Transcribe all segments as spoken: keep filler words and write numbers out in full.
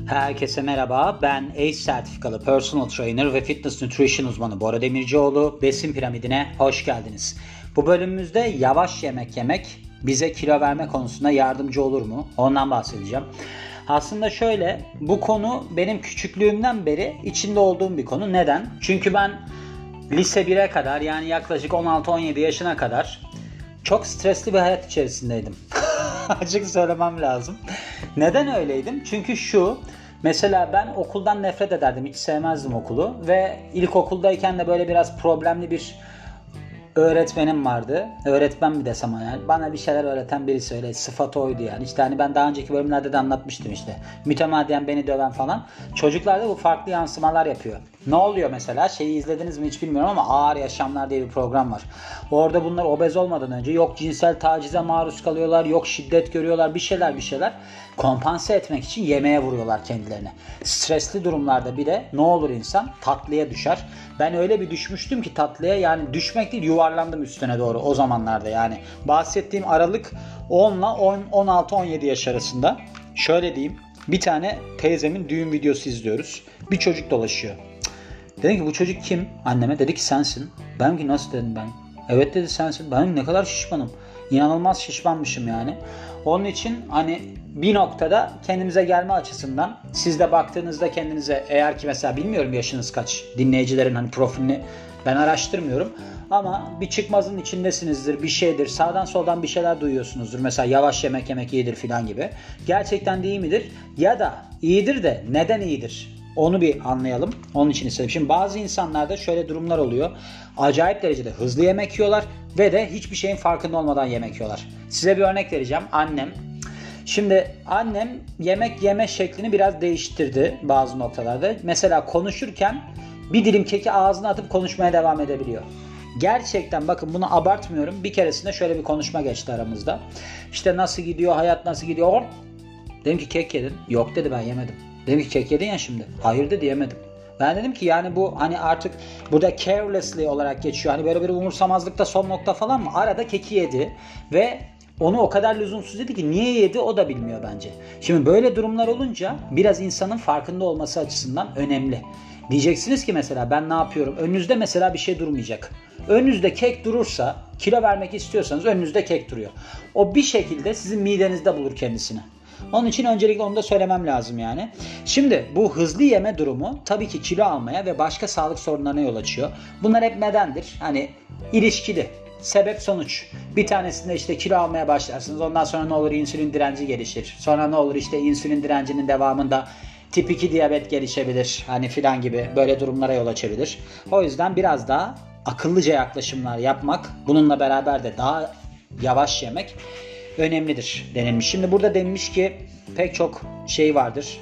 Herkese merhaba, ben A C E sertifikalı personal trainer ve fitness nutrition uzmanı Bora Demircioğlu. Besin piramidine hoş geldiniz. Bu bölümümüzde yavaş yemek yemek bize kilo verme konusunda yardımcı olur mu? Ondan bahsedeceğim. Aslında şöyle, bu konu benim küçüklüğümden beri içinde olduğum bir konu. Neden? Çünkü ben lise bire kadar, yani yaklaşık on altı on yedi yaşına kadar çok stresli bir hayat içerisindeydim. Açık söylemem lazım. Neden öyleydim? Çünkü şu, mesela ben okuldan nefret ederdim. Hiç sevmezdim okulu. Ve ilkokuldayken de böyle biraz problemli bir öğretmenim vardı. Öğretmen mi desem yani. Bana bir şeyler öğreten birisi, öyle sıfatı oydu yani. İşte hani ben daha önceki bölümlerde de anlatmıştım işte. Mütemadiyen beni döven falan. Çocuklarda bu farklı yansımalar yapıyor. Ne oluyor mesela? Şeyi izlediniz mi hiç bilmiyorum ama Ağır Yaşamlar diye bir program var. Orada bunlar obez olmadan önce yok cinsel tacize maruz kalıyorlar, yok şiddet görüyorlar, bir şeyler bir şeyler. Kompanse etmek için yemeğe vuruyorlar kendilerini. Stresli durumlarda bile ne olur insan? Tatlıya düşer. Ben öyle bir düşmüştüm ki tatlıya, yani düşmek değil, yuvarlandım üstüne doğru o zamanlarda yani. Bahsettiğim aralık on ile on altı on yedi yaş arasında. Şöyle diyeyim, bir tane teyzemin düğün videosu izliyoruz. Bir çocuk dolaşıyor. Dedim ki bu çocuk kim? Anneme dedi ki sensin. Ben ki nasıl dedim ben. Evet dedi sensin. Ben ne kadar şişmanım. İnanılmaz şişmanmışım yani. Onun için hani bir noktada kendimize gelme açısından siz de baktığınızda kendinize, eğer ki mesela bilmiyorum yaşınız kaç, dinleyicilerin hani profilini ben araştırmıyorum ama bir çıkmazın içindesinizdir, bir şeydir, sağdan soldan bir şeyler duyuyorsunuzdur. Mesela yavaş yemek yemek iyidir filan gibi. Gerçekten de iyi midir? Ya da iyidir de neden iyidir? Onu bir anlayalım. Onun için istedim. Şimdi bazı insanlarda şöyle durumlar oluyor. Acayip derecede hızlı yemek yiyorlar ve de hiçbir şeyin farkında olmadan yemek yiyorlar. Size bir örnek vereceğim. Annem. Şimdi annem yemek yeme şeklini biraz değiştirdi bazı noktalarda. Mesela konuşurken bir dilim keki ağzına atıp konuşmaya devam edebiliyor. Gerçekten bakın, bunu abartmıyorum. Bir keresinde şöyle bir konuşma geçti aramızda. İşte nasıl gidiyor, hayat nasıl gidiyor? Dedim ki kek yedin. Yok dedi, ben yemedim. Dedim ki kek yedin ya şimdi. Hayır dedi, yemedim. Ben dedim ki yani bu hani artık burada carelessly olarak geçiyor. Hani böyle bir umursamazlıkta son nokta falan mı? Arada keki yedi ve onu o kadar lüzumsuz dedi ki niye yedi o da bilmiyor bence. Şimdi böyle durumlar olunca biraz insanın farkında olması açısından önemli. Diyeceksiniz ki mesela ben ne yapıyorum? Önünüzde mesela bir şey durmayacak. Önünüzde kek durursa, kilo vermek istiyorsanız önünüzde kek duruyor. O bir şekilde sizin midenizde bulur kendisini. Onun için öncelikle onu da söylemem lazım yani. Şimdi bu hızlı yeme durumu tabii ki kilo almaya ve başka sağlık sorunlarına yol açıyor. Bunlar hep nedendir? Hani ilişkili. Sebep sonuç. Bir tanesinde işte kilo almaya başlarsınız. Ondan sonra ne olur insülin direnci gelişir. Sonra ne olur işte insülin direncinin devamında tip iki diyabet gelişebilir. Hani filan gibi böyle durumlara yol açabilir. O yüzden biraz daha akıllıca yaklaşımlar yapmak, bununla beraber de daha yavaş yemek önemlidir denilmiş. Şimdi burada denilmiş ki pek çok şey vardır,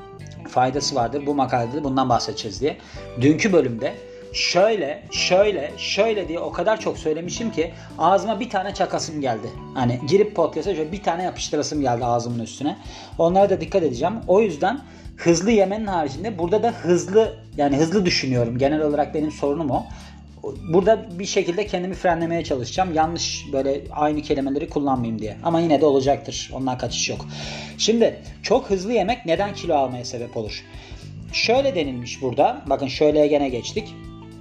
faydası vardır. Bu makalede bundan bahsedeceğiz diye. Dünkü bölümde şöyle, şöyle, şöyle diye o kadar çok söylemişim ki ağzıma bir tane çakasım geldi. Hani girip podcast'a şöyle bir tane yapıştırasım geldi ağzımın üstüne. Onlara da dikkat edeceğim. O yüzden hızlı yemenin haricinde burada da hızlı, yani hızlı düşünüyorum. Genel olarak benim sorunum o. Burada bir şekilde kendimi frenlemeye çalışacağım. Yanlış böyle aynı kelimeleri kullanmayayım diye. Ama yine de olacaktır. Ondan kaçış yok. Şimdi çok hızlı yemek neden kilo almaya sebep olur? Şöyle denilmiş burada. Bakın şöyleye gene geçtik.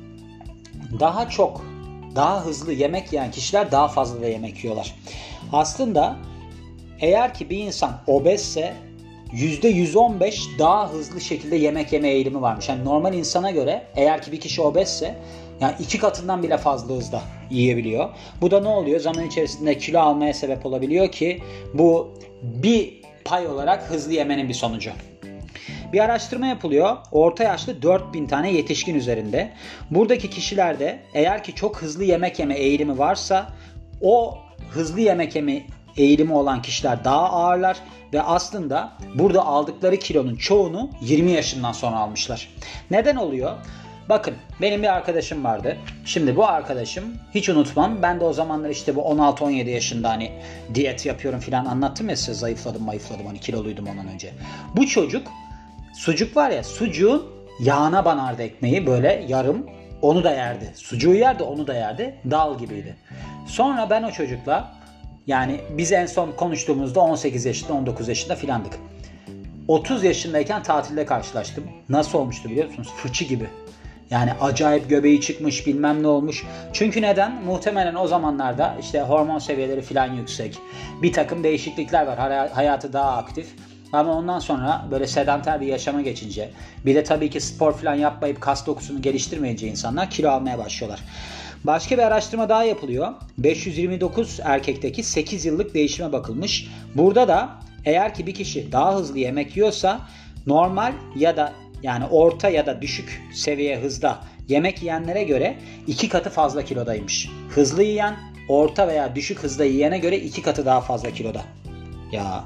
Daha çok, daha hızlı yemek yiyen kişiler daha fazla da yemek yiyorlar. Aslında eğer ki bir insan obezse yüzde yüz on beş daha hızlı şekilde yemek yeme eğilimi varmış. Yani normal insana göre eğer ki bir kişi obezse yani iki katından bile fazla hızda yiyebiliyor. Bu da ne oluyor? Zaman içerisinde kilo almaya sebep olabiliyor ki bu bir pay olarak hızlı yemenin bir sonucu. Bir araştırma yapılıyor. Orta yaşlı dört bin tane yetişkin üzerinde. Buradaki kişilerde eğer ki çok hızlı yemek yeme eğilimi varsa o hızlı yemek yeme eğilimi olan kişiler daha ağırlar ve aslında burada aldıkları kilonun çoğunu yirmi yaşından sonra almışlar. Neden oluyor? Bakın benim bir arkadaşım vardı. Şimdi bu arkadaşım hiç unutmam. Ben de o zamanlar işte bu on altı on yedi yaşında hani diyet yapıyorum filan anlattım ya size, zayıfladım mayıfladım hani kiloluydum ondan önce. Bu çocuk sucuk var ya, sucuğun yağına banardı ekmeği böyle yarım, onu da yerdi. Sucuğu yerdi, onu da yerdi. Dal gibiydi. Sonra ben o çocukla, yani biz en son konuştuğumuzda on sekiz yaşında on dokuz yaşında filandık. otuz yaşındayken tatilde karşılaştım. Nasıl olmuştu biliyor musunuz? Fıçı gibi. Yani acayip göbeği çıkmış, bilmem ne olmuş. Çünkü neden? Muhtemelen o zamanlarda işte hormon seviyeleri falan yüksek. Bir takım değişiklikler var. Hayatı daha aktif. Ama ondan sonra böyle sedanter bir yaşama geçince, bir de tabii ki spor falan yapmayıp kas dokusunu geliştirmeyince insanlar kilo almaya başlıyorlar. Başka bir araştırma daha yapılıyor. beş yüz yirmi dokuz erkekteki sekiz yıllık değişime bakılmış. Burada da eğer ki bir kişi daha hızlı yemek yiyorsa normal ya da yani orta ya da düşük seviye hızda yemek yiyenlere göre iki katı fazla kilodaymış. Hızlı yiyen orta veya düşük hızda yiyene göre iki katı daha fazla kiloda. Ya.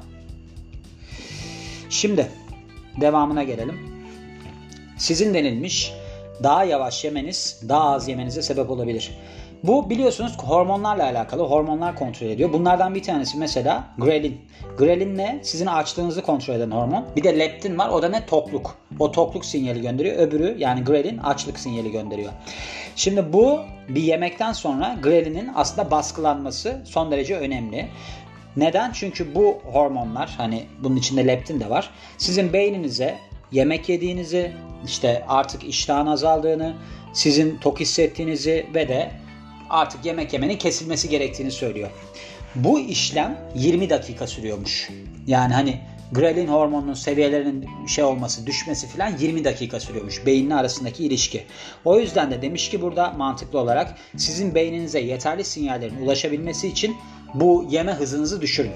Şimdi devamına gelelim. Sizin denilmiş daha yavaş yemeniz daha az yemenize sebep olabilir. Bu biliyorsunuz hormonlarla alakalı. Hormonlar kontrol ediyor. Bunlardan bir tanesi mesela grelin. Grelin ne? Sizin açlığınızı kontrol eden hormon. Bir de leptin var. O da ne? Tokluk. O tokluk sinyali gönderiyor. Öbürü yani grelin açlık sinyali gönderiyor. Şimdi bu bir yemekten sonra grelinin aslında baskılanması son derece önemli. Neden? Çünkü bu hormonlar, hani bunun içinde leptin de var, sizin beyninize yemek yediğinizi, işte artık iştahın azaldığını, sizin tok hissettiğinizi ve de artık yemek yemenin kesilmesi gerektiğini söylüyor. Bu işlem yirmi dakika sürüyormuş. Yani hani grelin hormonunun seviyelerinin şey olması, düşmesi falan yirmi dakika sürüyormuş. Beyinle arasındaki ilişki. O yüzden de demiş ki burada mantıklı olarak sizin beyninize yeterli sinyallerin ulaşabilmesi için bu yeme hızınızı düşürün.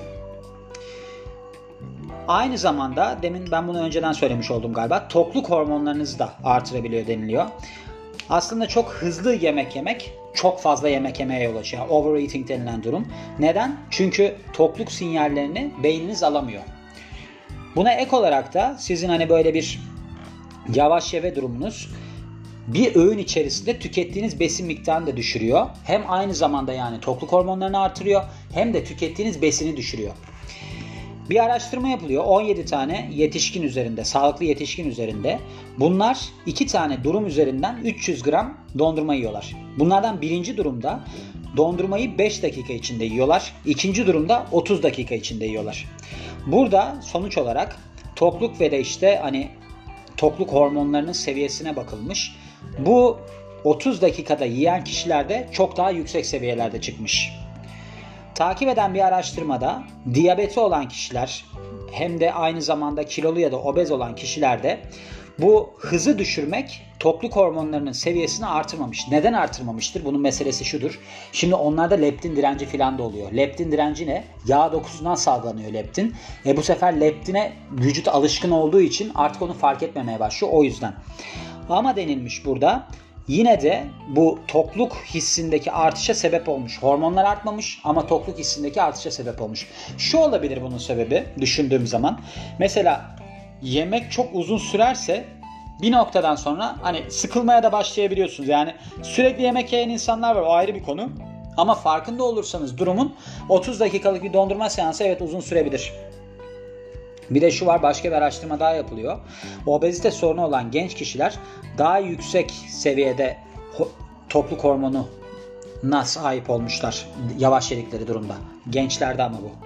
Aynı zamanda demin ben bunu önceden söylemiş oldum galiba. Tokluk hormonlarınızı da artırabiliyor deniliyor. Aslında çok hızlı yemek yemek çok fazla yemek yemeye yol açıyor. Overeating denilen durum. Neden? Çünkü tokluk sinyallerini beyniniz alamıyor. Buna ek olarak da sizin hani böyle bir yavaş yeme durumunuz bir öğün içerisinde tükettiğiniz besin miktarını da düşürüyor. Hem aynı zamanda yani tokluk hormonlarını artırıyor hem de tükettiğiniz besini düşürüyor. Bir araştırma yapılıyor. on yedi tane yetişkin üzerinde, sağlıklı yetişkin üzerinde. Bunlar iki tane durum üzerinden üç yüz gram dondurma yiyorlar. Bunlardan birinci durumda dondurmayı beş dakika içinde yiyorlar. İkinci durumda otuz dakika içinde yiyorlar. Burada sonuç olarak tokluk ve de işte hani tokluk hormonlarının seviyesine bakılmış. Bu otuz dakikada yiyen kişilerde çok daha yüksek seviyelerde çıkmış. Takip eden bir araştırmada diyabeti olan kişiler hem de aynı zamanda kilolu ya da obez olan kişilerde bu hızı düşürmek tokluk hormonlarının seviyesini artırmamış. Neden artırmamıştır? Bunun meselesi şudur. Şimdi onlarda leptin direnci falan da oluyor. Leptin direnci ne? Yağ dokusundan salgılanıyor leptin. E bu sefer leptine vücut alışkın olduğu için artık onu fark etmemeye başlıyor. O yüzden. Ama denilmiş burada yine de bu tokluk hissindeki artışa sebep olmuş. Hormonlar artmamış ama tokluk hissindeki artışa sebep olmuş. Şu olabilir bunun sebebi düşündüğüm zaman. Mesela yemek çok uzun sürerse bir noktadan sonra hani sıkılmaya da başlayabiliyorsunuz. Yani sürekli yemek yiyen insanlar var, o ayrı bir konu. Ama farkında olursanız durumun otuz dakikalık bir dondurma seansı evet uzun sürebilir. Bir de şu var, başka bir araştırma daha yapılıyor. Obezite sorunu olan genç kişiler daha yüksek seviyede ho- tokluk hormonuna sahip olmuşlar yavaş yedikleri durumda. Gençlerde ama bu.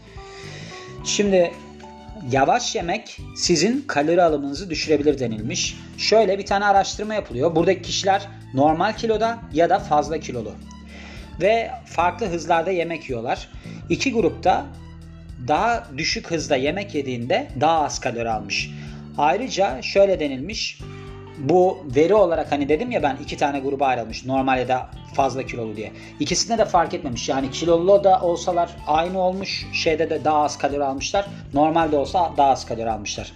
Şimdi yavaş yemek sizin kalori alımınızı düşürebilir denilmiş. Şöyle bir tane araştırma yapılıyor. Buradaki kişiler normal kiloda ya da fazla kilolu. Ve farklı hızlarda yemek yiyorlar. İki grupta daha düşük hızda yemek yediğinde daha az kalori almış. Ayrıca şöyle denilmiş. Bu veri olarak hani dedim ya ben iki tane gruba ayrılmış. Normal ya da fazla kilolu diye. İkisinde de fark etmemiş. Yani kilolu da olsalar aynı olmuş. Şeyde de daha az kalori almışlar. Normalde olsa daha az kalori almışlar.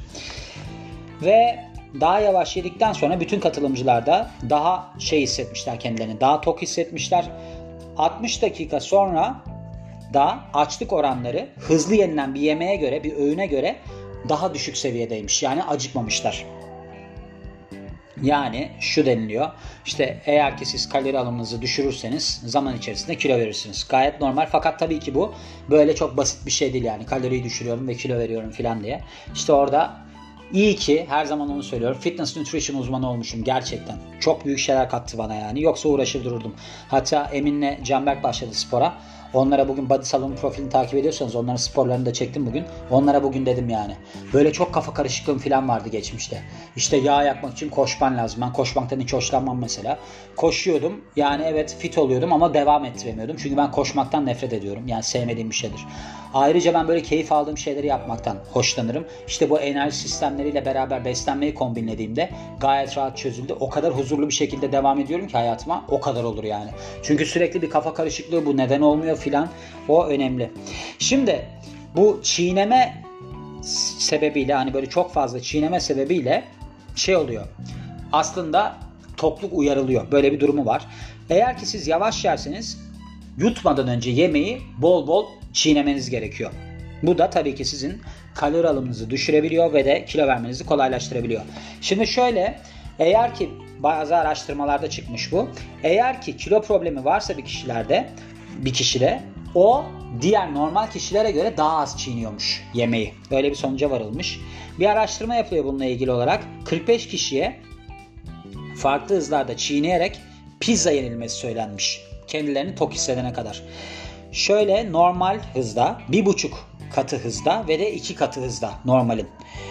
Ve daha yavaş yedikten sonra bütün katılımcılar da daha şey hissetmişler kendilerini. Daha tok hissetmişler. altmış dakika sonra da açlık oranları hızlı yenilen bir yemeğe göre, bir öğüne göre daha düşük seviyedeymiş. Yani acıkmamışlar. Yani şu deniliyor. İşte eğer ki siz kalori alımınızı düşürürseniz zaman içerisinde kilo verirsiniz. Gayet normal. Fakat tabii ki bu böyle çok basit bir şey değil yani. Kaloriyi düşürüyorum ve kilo veriyorum falan diye. İşte orada iyi ki her zaman onu söylüyorum. Fitness nutrition uzmanı olmuşum gerçekten. Çok büyük şeyler kattı bana yani. Yoksa uğraşır dururdum. Hatta Emin'le Canberk başladı spora. Onlara bugün body salonu profilini takip ediyorsanız onların sporlarını da çektim bugün. Onlara bugün dedim yani. Böyle çok kafa karışıklığım falan vardı geçmişte. İşte yağ yakmak için koşman lazım. Ben koşmaktan hiç hoşlanmam mesela. Koşuyordum. Yani evet fit oluyordum ama devam ettiremiyordum. Çünkü ben koşmaktan nefret ediyorum. Yani sevmediğim bir şeydir. Ayrıca ben böyle keyif aldığım şeyleri yapmaktan hoşlanırım. İşte bu enerji sistemleriyle beraber beslenmeyi kombinlediğimde gayet rahat çözüldü. O kadar huzurlu bir şekilde devam ediyorum ki hayatıma. O kadar olur yani. Çünkü sürekli bir kafa karışıklığı, bu neden olmuyor filan. O önemli. Şimdi bu çiğneme sebebiyle, hani böyle çok fazla çiğneme sebebiyle şey oluyor. Aslında tokluk uyarılıyor. Böyle bir durumu var. Eğer ki siz yavaş yerseniz yutmadan önce yemeği bol bol çiğnemeniz gerekiyor. Bu da tabii ki sizin kalori alımınızı düşürebiliyor ve de kilo vermenizi kolaylaştırabiliyor. Şimdi şöyle, eğer ki bazı araştırmalarda çıkmış bu. Eğer ki kilo problemi varsa bir kişilerde, bir kişide o diğer normal kişilere göre daha az çiğniyormuş yemeği. Böyle bir sonuca varılmış. Bir araştırma yapılıyor bununla ilgili olarak. kırk beş kişiye farklı hızlarda çiğneyerek pizza yenilmesi söylenmiş. Kendilerini tok hissedene kadar. Şöyle normal hızda, bir buçuk katı hızda ve de iki katı hızda normalin.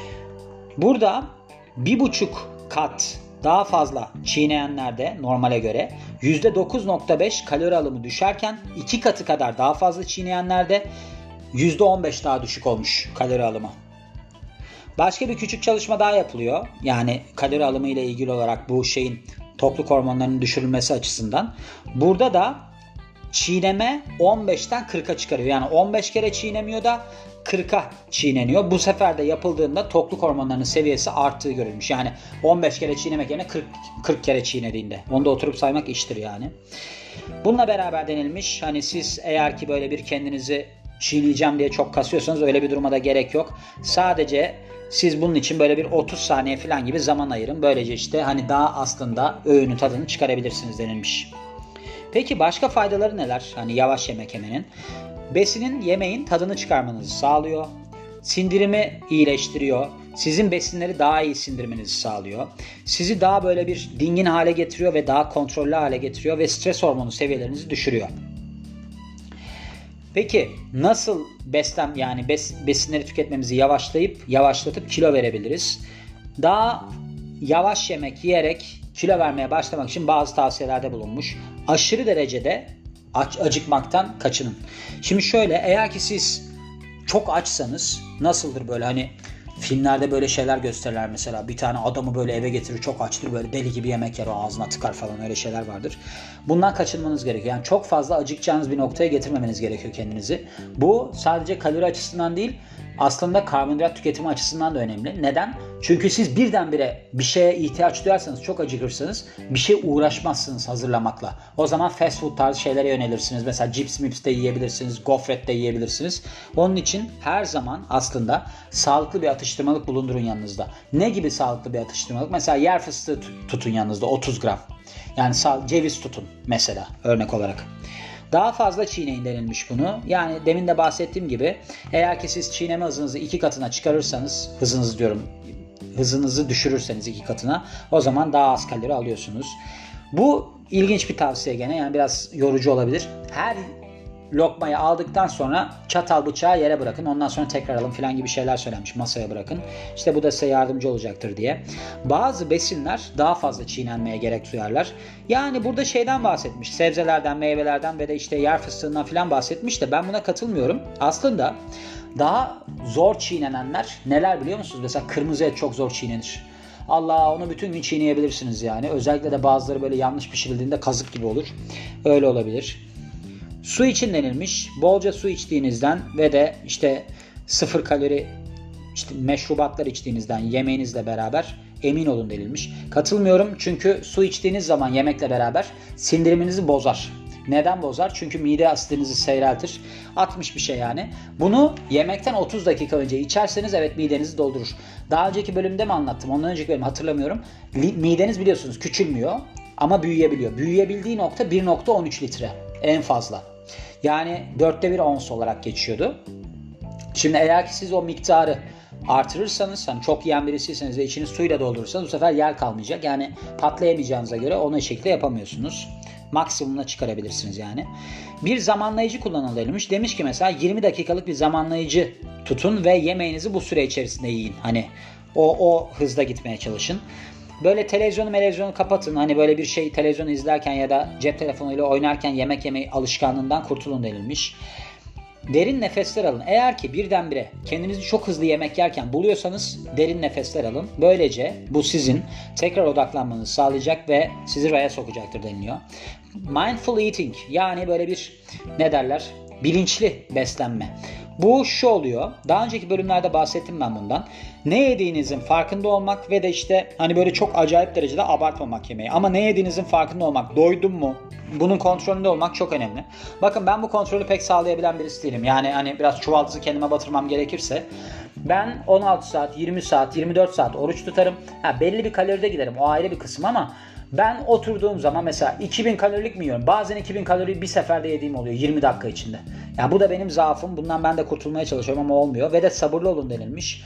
Burada bir buçuk kat daha fazla çiğneyenlerde normale göre yüzde dokuz nokta beş kalori alımı düşerken iki katı kadar daha fazla çiğneyenlerde yüzde on beş daha düşük olmuş kalori alımı. Başka bir küçük çalışma daha yapılıyor. Yani kalori alımı ile ilgili olarak bu şeyin, tokluk hormonlarının düşürülmesi açısından. Burada da çiğneme on beşten kırka çıkarıyor. Yani on beş kere çiğnemiyor da kırka çiğneniyor. Bu sefer de yapıldığında tokluk hormonlarının seviyesi arttığı görülmüş. Yani on beş kere çiğnemek yerine kırk, kırk kere çiğnediğinde. Onu da oturup saymak iştir yani. Bununla beraber denilmiş. Hani siz eğer ki böyle bir kendinizi çiğneyeceğim diye çok kasıyorsanız öyle bir duruma da gerek yok. Sadece siz bunun için böyle bir otuz saniye falan gibi zaman ayırın. Böylece işte hani daha aslında öğünün tadını çıkarabilirsiniz denilmiş. Peki başka faydaları neler? Hani yavaş yemek yemenin. Besinin, yemeğin tadını çıkarmanızı sağlıyor. Sindirimi iyileştiriyor. Sizin besinleri daha iyi sindirmenizi sağlıyor. Sizi daha böyle bir dingin hale getiriyor ve daha kontrollü hale getiriyor ve stres hormonu seviyelerinizi düşürüyor. Peki nasıl beslen yani bes, besinleri tüketmemizi yavaşlayıp yavaşlatıp kilo verebiliriz? Daha yavaş yemek yiyerek kilo vermeye başlamak için bazı tavsiyelerde bulunmuş. Aşırı derecede aç, acıkmaktan kaçının. Şimdi şöyle, eğer ki siz çok açsanız nasıldır böyle, hani filmlerde böyle şeyler gösterirler mesela. Bir tane adamı böyle eve getirir, çok açtır, böyle deli gibi yemek yer, o ağzına tıkar falan, öyle şeyler vardır. Bundan kaçınmanız gerekiyor. Yani çok fazla acıkacağınız bir noktaya getirmemeniz gerekiyor kendinizi. Bu sadece kalori açısından değil, aslında karbonhidrat tüketimi açısından da önemli. Neden? Çünkü siz birdenbire bir şeye ihtiyaç duyarsanız, çok acıkırsanız bir şey uğraşmazsınız hazırlamakla. O zaman fast food tarzı şeylere yönelirsiniz. Mesela cips mips de yiyebilirsiniz, gofret de yiyebilirsiniz. Onun için her zaman aslında sağlıklı bir atıştırmalık bulundurun yanınızda. Ne gibi sağlıklı bir atıştırmalık? Mesela yer fıstığı tutun yanınızda, otuz gram. Yani ceviz tutun mesela, örnek olarak. Daha fazla çiğneyin denilmiş bunu. Yani demin de bahsettiğim gibi, eğer ki siz çiğneme hızınızı iki katına çıkarırsanız, hızınızı diyorum, hızınızı düşürürseniz iki katına, o zaman daha az kalori alıyorsunuz. Bu ilginç bir tavsiye gene, yani biraz yorucu olabilir. Her lokmayı aldıktan sonra çatal bıçağı yere bırakın. Ondan sonra tekrar alın falan gibi şeyler söylenmiş. Masaya bırakın. İşte bu da size yardımcı olacaktır diye. Bazı besinler daha fazla çiğnenmeye gerek duyarlar. Yani burada şeyden bahsetmiş. Sebzelerden, meyvelerden ve de işte yer fıstığından falan bahsetmiş de ben buna katılmıyorum. Aslında daha zor çiğnenenler neler biliyor musunuz? Mesela kırmızı et çok zor çiğnenir. Allah, onu bütün gün çiğneyebilirsiniz yani. Özellikle de bazıları böyle yanlış pişirildiğinde kazık gibi olur. Öyle olabilir. Su için denilmiş. Bolca su içtiğinizden ve de işte sıfır kalori işte meşrubatlar içtiğinizden, yemeğinizle beraber emin olun denilmiş. Katılmıyorum, çünkü su içtiğiniz zaman yemekle beraber sindiriminizi bozar. Neden bozar? Çünkü mide asitinizi seyreltir. Atmış bir şey yani. Bunu yemekten otuz dakika önce içerseniz evet midenizi doldurur. Daha önceki bölümde mi anlattım? Ondan önceki bölüm hatırlamıyorum. Mideniz biliyorsunuz küçülmüyor ama büyüyebiliyor. Büyüyebildiği nokta bir nokta on üç litre en fazla. Yani dörtte bir ons olarak geçiyordu. Şimdi eğer ki siz o miktarı artırırsanız, hani çok yiyen birisiyseniz ve içini suyla doldurursanız bu sefer yer kalmayacak. Yani patlayamayacağınıza göre onu şekilde yapamıyorsunuz. maksimumuna çıkarabilirsiniz yani. Bir zamanlayıcı kullanın denilmiş. Demiş ki mesela yirmi dakikalık bir zamanlayıcı tutun ve yemeğinizi bu süre içerisinde yiyin. Hani o, o hızda gitmeye çalışın. Böyle televizyonu televizyonu kapatın. Hani böyle bir şey televizyonu izlerken ya da cep telefonuyla oynarken yemek yemeyi alışkanlığından kurtulun denilmiş. Derin nefesler alın. Eğer ki birdenbire kendinizi çok hızlı yemek yerken buluyorsanız derin nefesler alın. Böylece bu sizin tekrar odaklanmanızı sağlayacak ve sizi raya sokacaktır deniliyor. Mindful eating, yani böyle bir ne derler? Bilinçli beslenme. Bu şu oluyor. Daha önceki bölümlerde bahsettim ben bundan. Ne yediğinizin farkında olmak ve de işte hani böyle çok acayip derecede abartmamak yemeği. Ama ne yediğinizin farkında olmak. Doydum mu? Bunun kontrolünde olmak çok önemli. Bakın ben bu kontrolü pek sağlayabilen birisi değilim. Yani hani biraz çuvaldızı kendime batırmam gerekirse ben on altı saat, yirmi saat, yirmi dört saat oruç tutarım. Ha, belli bir kaloride giderim. O ayrı bir kısım ama ben oturduğum zaman mesela iki bin kalorilik mi yiyorum? Bazen iki bin kaloriyi bir seferde yediğim oluyor yirmi dakika içinde. Yani bu da benim zaafım. Bundan ben de kurtulmaya çalışıyorum ama olmuyor. Ve de sabırlı olun denilmiş.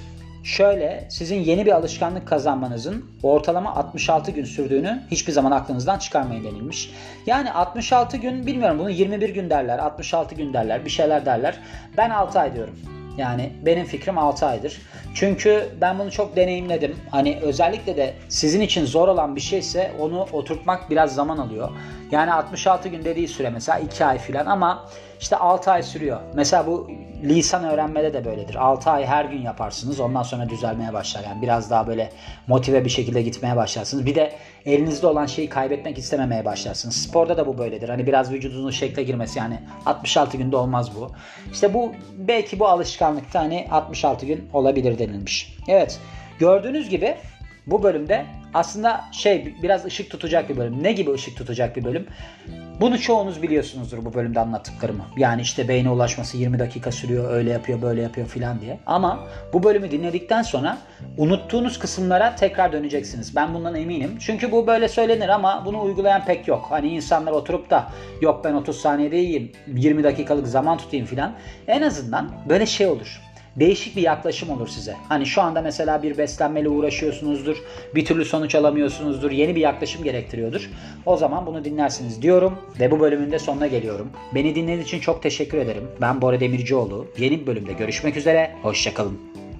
Şöyle, sizin yeni bir alışkanlık kazanmanızın ortalama altmış altı gün sürdüğünü hiçbir zaman aklınızdan çıkarmayın denilmiş. Yani altmış altı gün, bilmiyorum, bunu yirmi bir gün derler, altmış altı gün derler, bir şeyler derler. Ben altı ay diyorum. Yani benim fikrim altı aydır. Çünkü ben bunu çok deneyimledim. Hani özellikle de sizin için zor olan bir şeyse onu oturtmak biraz zaman alıyor. Yani altmış altı gün dediği süre mesela iki ay falan ama işte altı ay sürüyor. Mesela bu lisan öğrenmede de böyledir. altı ay her gün yaparsınız. Ondan sonra düzelmeye başlar. Yani biraz daha böyle motive bir şekilde gitmeye başlarsınız. Bir de elinizde olan şeyi kaybetmek istememeye başlarsınız. Sporda da bu böyledir. Hani biraz vücudunuzun şekle girmesi, yani altmış altı günde olmaz bu. İşte bu belki bu alışkanlıkta hani altmış altı gün olabilir denilmiş. Evet, gördüğünüz gibi bu bölümde aslında şey biraz ışık tutacak bir bölüm. Ne gibi ışık tutacak bir bölüm? Bunu çoğunuz biliyorsunuzdur bu bölümde anlattıklarımı. Yani işte beyne ulaşması yirmi dakika sürüyor, öyle yapıyor, böyle yapıyor filan diye. Ama bu bölümü dinledikten sonra unuttuğunuz kısımlara tekrar döneceksiniz. Ben bundan eminim. Çünkü bu böyle söylenir ama bunu uygulayan pek yok. Hani insanlar oturup da yok ben otuz saniyede yiyeyim, yirmi dakikalık zaman tutayım filan. En azından böyle şey olur. Değişik bir yaklaşım olur size. Hani şu anda mesela bir beslenmeyle uğraşıyorsunuzdur, bir türlü sonuç alamıyorsunuzdur, yeni bir yaklaşım gerektiriyordur. O zaman bunu dinlersiniz diyorum ve bu bölümün de sonuna geliyorum. Beni dinlediğiniz için çok teşekkür ederim. Ben Bora Demircioğlu. Yeni bir bölümde görüşmek üzere. Hoşça kalın.